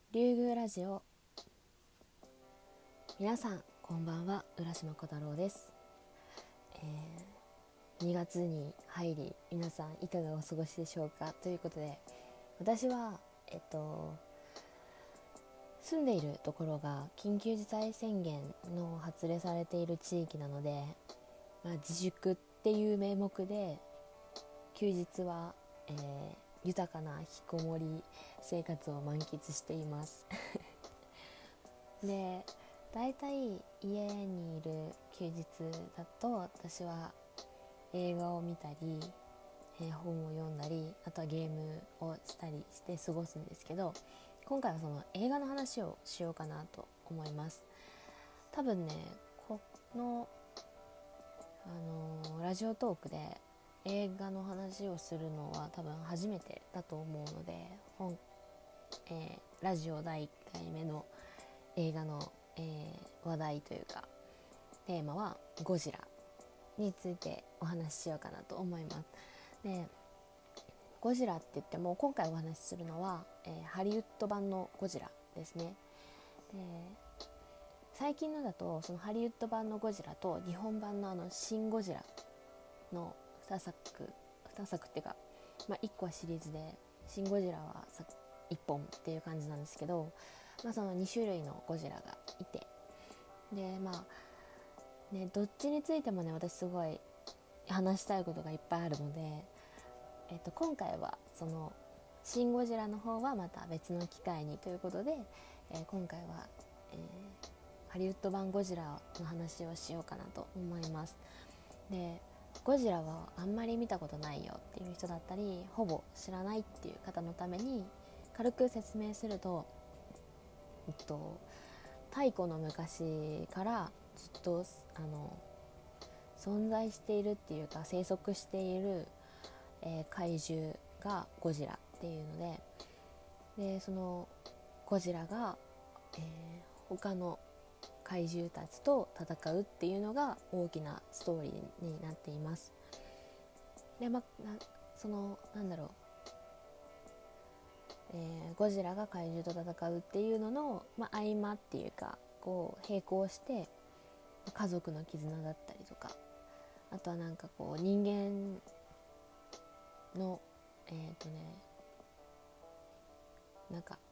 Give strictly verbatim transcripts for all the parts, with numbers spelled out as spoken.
竜宮ラジオ。皆さんこんばんは、浦島小太郎です。えー、にがつに入り、皆さんいかがお過ごしでしょうか。ということで、私はえっと住んでいるところが緊急事態宣言の発令されている地域なので、まあ、自粛っていう名目で休日は、えー豊かな引きこもり生活を満喫していますで、だいたい家にいる休日だと私は映画を見たり、えー本を読んだり、あとはゲームをしたりして過ごすんですけど、今回はその映画の話をしようかなと思います。多分ね、この、あのーラジオトークで映画の話をするのは多分初めてだと思うので、本、えーラジオだいいっかいめの映画の、えー話題というかテーマはゴジラについてお話ししようかなと思います。で、ゴジラって言っても今回お話しするのは、えーハリウッド版のゴジラですね。で、最近のだとそのハリウッド版のゴジラと日本版のあのシン・ゴジラのにさくにさくっていうか、まあ、いっこはシリーズで、シン・ゴジラはいっぽんっていう感じなんですけど、まあ、そのに種類のゴジラがいて、でまあね、どっちについてもね、私すごい話したいことがいっぱいあるので、えっと、今回はそのシン・ゴジラの方はまた別の機会にということで、えー今回は、えーハリウッド版ゴジラの話をしようかなと思います。で、ゴジラはあんまり見たことないよっていう人だったり、ほぼ知らないっていう方のために軽く説明すると、えっと、太古の昔からずっとあの存在しているっていうか生息している、えー怪獣がゴジラっていうので、でそのゴジラが、えー他の怪獣たちと戦うっていうのが大きなストーリーになっています。で、ま、そのなんだろう、えーゴジラが怪獣と戦うっていうのの、ま、合間っていうか、こう並行して家族の絆だったりとか、あとはなんかこう人間のえっ、ー、とねなんか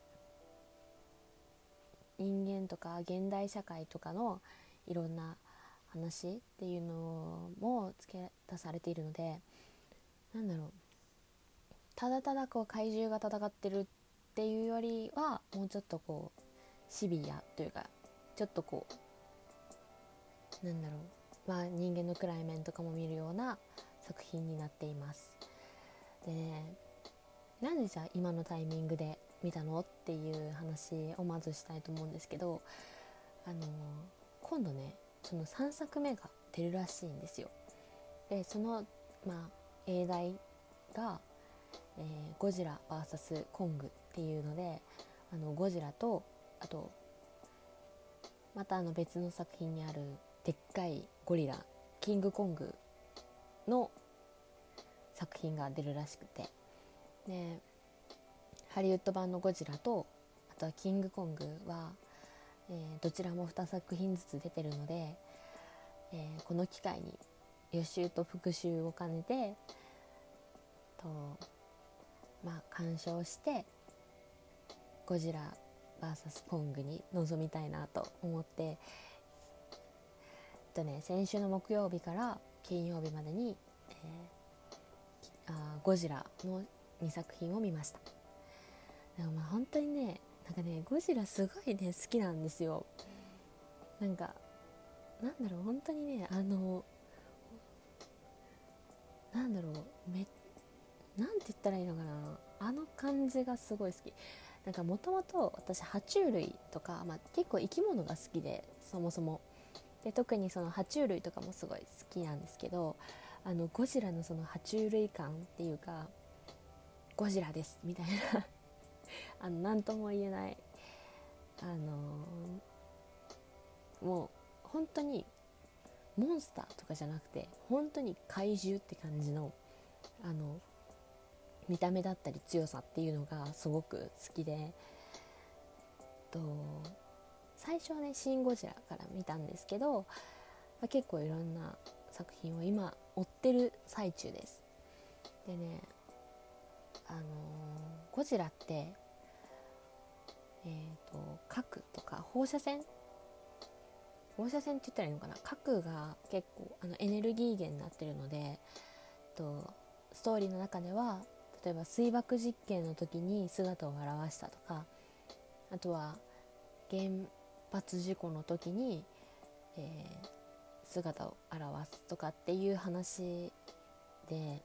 人間とか現代社会とかのいろんな話っていうのも付け出されているので、なんだろう、ただただこう怪獣が戦ってるっていうよりは、もうちょっとこうシビアというか、ちょっとこうなんだろう、まあ人間の暗い面とかも見るような作品になっています。で、なんでじゃあ今のタイミングで見たのっていう話をまずしたいと思うんですけど、あの今度ね、そのさんさくめが出るらしいんですよ。で、その、まあ、英題が、えーゴジラ ブイエス コングっていうので、あのゴジラと、あとまたあの別の作品にあるでっかいゴリラキングコングの作品が出るらしくて、でハリウッド版のゴジラと、あとはキングコングは、えーどちらもにさく品ずつ出てるので、えーこの機会に予習と復習を兼ねてと、まあ、鑑賞してゴジラ ブイエス コングに臨みたいなと思って、えっとね、先週の木曜日から金曜日までに、えー、あゴジラのにさく品を見ました。でもまあ本当にね、なんかね、ゴジラすごいね好きなんですよ。なんかなんだろう、本当にね、あのなんだろう、めなんて言ったらいいのかな、あの感じがすごい好き。なんかもともと私爬虫類とか、まあ、結構生き物が好きで、そもそもで特にその爬虫類とかもすごい好きなんですけど、あのゴジラのその爬虫類感っていうか、ゴジラですみたいなあの何とも言えない、あのーもう本当にモンスターとかじゃなくて、本当に怪獣って感じの、あの見た目だったり強さっていうのがすごく好きで、 と最初はねシン・ゴジラから見たんですけど、まあ、結構いろんな作品を今追ってる最中です。でね、あのー、ゴジラってえーと核とか放射線放射線って言ったらいいのかな、核が結構あのエネルギー源になってるので、とストーリーの中では例えば水爆実験の時に姿を現したとか、あとは原発事故の時に、えー、姿を現すとかっていう話で、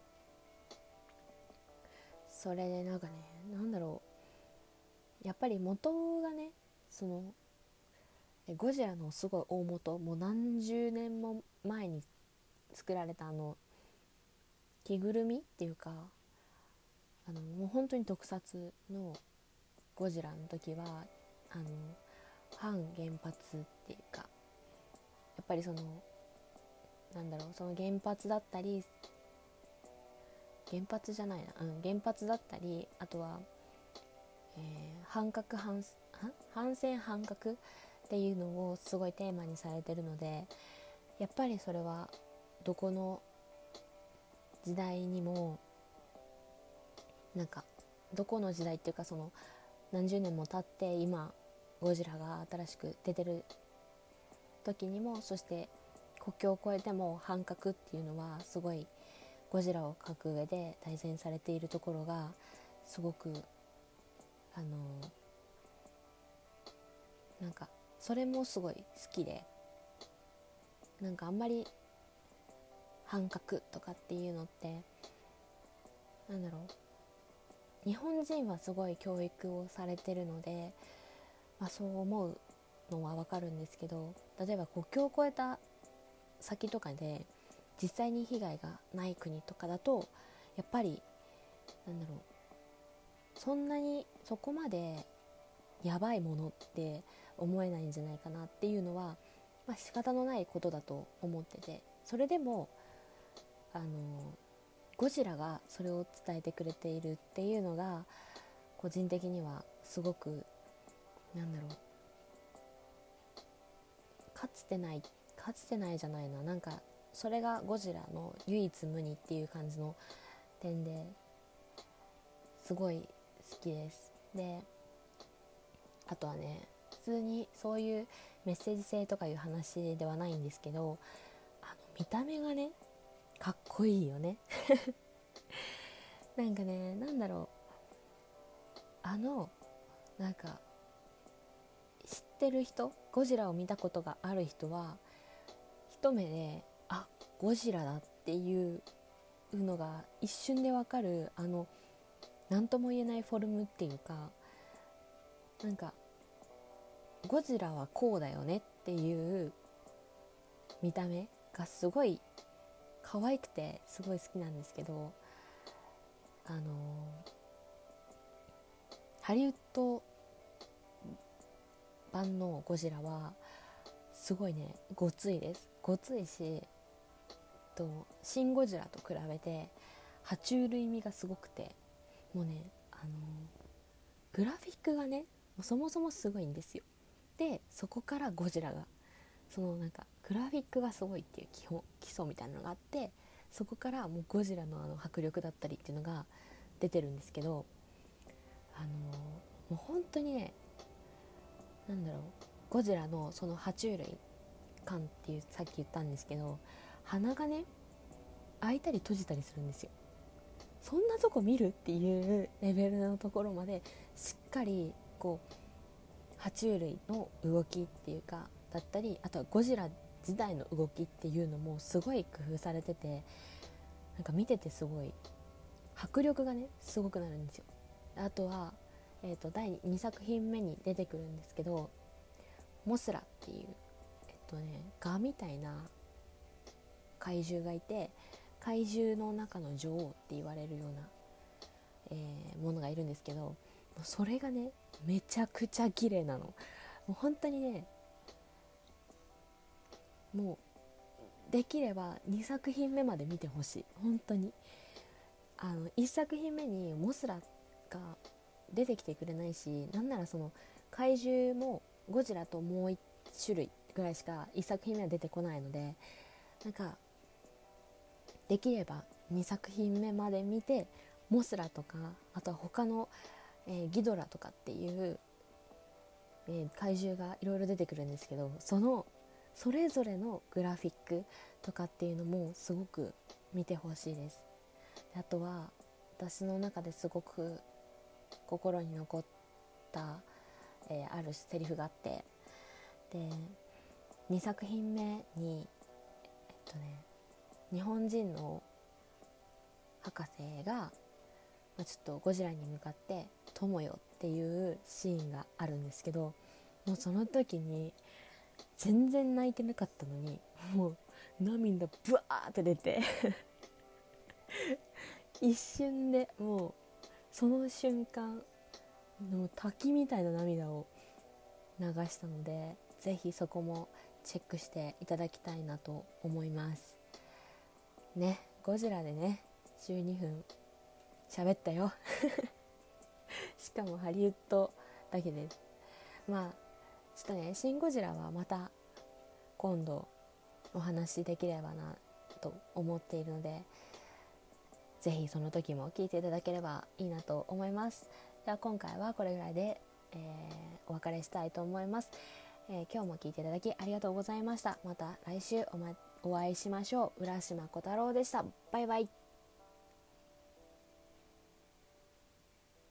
それでなんかね、なんだろう、やっぱり元がね、そのゴジラのすごい大元、もう何十年も前に作られたあの着ぐるみっていうか、あのもう本当に特撮のゴジラの時はあの反原発っていうか、やっぱりそのなんだろう、その原発だったり原発じゃないな、うん、原発だったり、あとは、えー、反核反反戦反核っていうのをすごいテーマにされてるので、やっぱりそれはどこの時代にもなんかどこの時代っていうか、その何十年も経って今ゴジラが新しく出てる時にも、そして国境を越えても反核っていうのはすごいゴジラを描く上で大切にされているところがすごくあのなんかそれもすごい好きで、なんかあんまり反核とかっていうのってなんだろう、日本人はすごい教育をされてるので、まあ、そう思うのはわかるんですけど、例えば国境を越えた先とかで実際に被害がない国とかだと、やっぱりなんだろう、そんなにそこまでやばいものって思えないんじゃないかなっていうのは、まあ、仕方のないことだと思ってて、それでもあのゴジラがそれを伝えてくれているっていうのが個人的にはすごくなんだろう、かつてないかつてないじゃないな、なんかそれがゴジラの唯一無二っていう感じの点ですごい好きです。で、あとはね、普通にそういうメッセージ性とかいう話ではないんですけど、あの見た目がねかっこいいよねなんかね、なんだろう、あのなんか知ってる人、ゴジラを見たことがある人は一目であゴジラだっていうのが一瞬でわかる、あの何とも言えないフォルムっていうか、なんかゴジラはこうだよねっていう見た目がすごい可愛くてすごい好きなんですけど、あのハリウッド版のゴジラはすごいねごついです。ごついし、とシン・ゴジラと比べて爬虫類味がすごくて、もうね、あのグラフィックがねそもそもすごいんですよ。でそこからゴジラが、そのなんかグラフィックがすごいっていう基本基礎みたいなのがあって、そこからもうゴジラのあの迫力だったりっていうのが出てるんですけど、あのもう本当にね、なんだろう、ゴジラのその爬虫類感っていうさっき言ったんですけど、鼻がね開いたり閉じたりするんですよ。そんなとこ見るっていうレベルのところまでしっかりこう爬虫類の動きっていうかだったり、あとはゴジラ自体の動きっていうのもすごい工夫されてて、なんか見ててすごい迫力がねすごくなるんですよ。あとは、えーと、だいにさく品目に出てくるんですけど、モスラっていうえっとねガみたいな怪獣がいて、怪獣の中の女王って言われるような、えー、ものがいるんですけど、それがねめちゃくちゃ綺麗なの。もう本当にね、もうできればにさく品目まで見てほしい。本当にあのいっさく品目にモスラが出てきてくれないし、なんならその怪獣もゴジラともういち種類ぐらいしかいっさく品目は出てこないので、なんかできればにさく品目まで見て、モスラとかあとは他の、えー、ギドラとかっていう、えー、怪獣がいろいろ出てくるんですけど、そのそれぞれのグラフィックとかっていうのもすごく見てほしいです。であとは私の中ですごく心に残った、えー、あるセリフがあって、でにさく品目にえっとね日本人の博士が、まあ、ちょっとゴジラに向かって友よっていうシーンがあるんですけど、もうその時に全然泣いてなかったのに、もう涙ブワーって出て一瞬でもうその瞬間の滝みたいな涙を流したので、ぜひそこもチェックしていただきたいなと思いますね。ゴジラでねじゅうにふん喋ったよしかもハリウッドだけです。まあちょっとね、シン・ゴジラはまた今度お話しできればなと思っているので、ぜひその時も聞いていただければいいなと思います。では今回はこれぐらいで、えー、お別れしたいと思います。えー、今日も聞いていただきありがとうございました。また来週お、ま、お会いしましょう。浦島小太郎でした。バイバイ。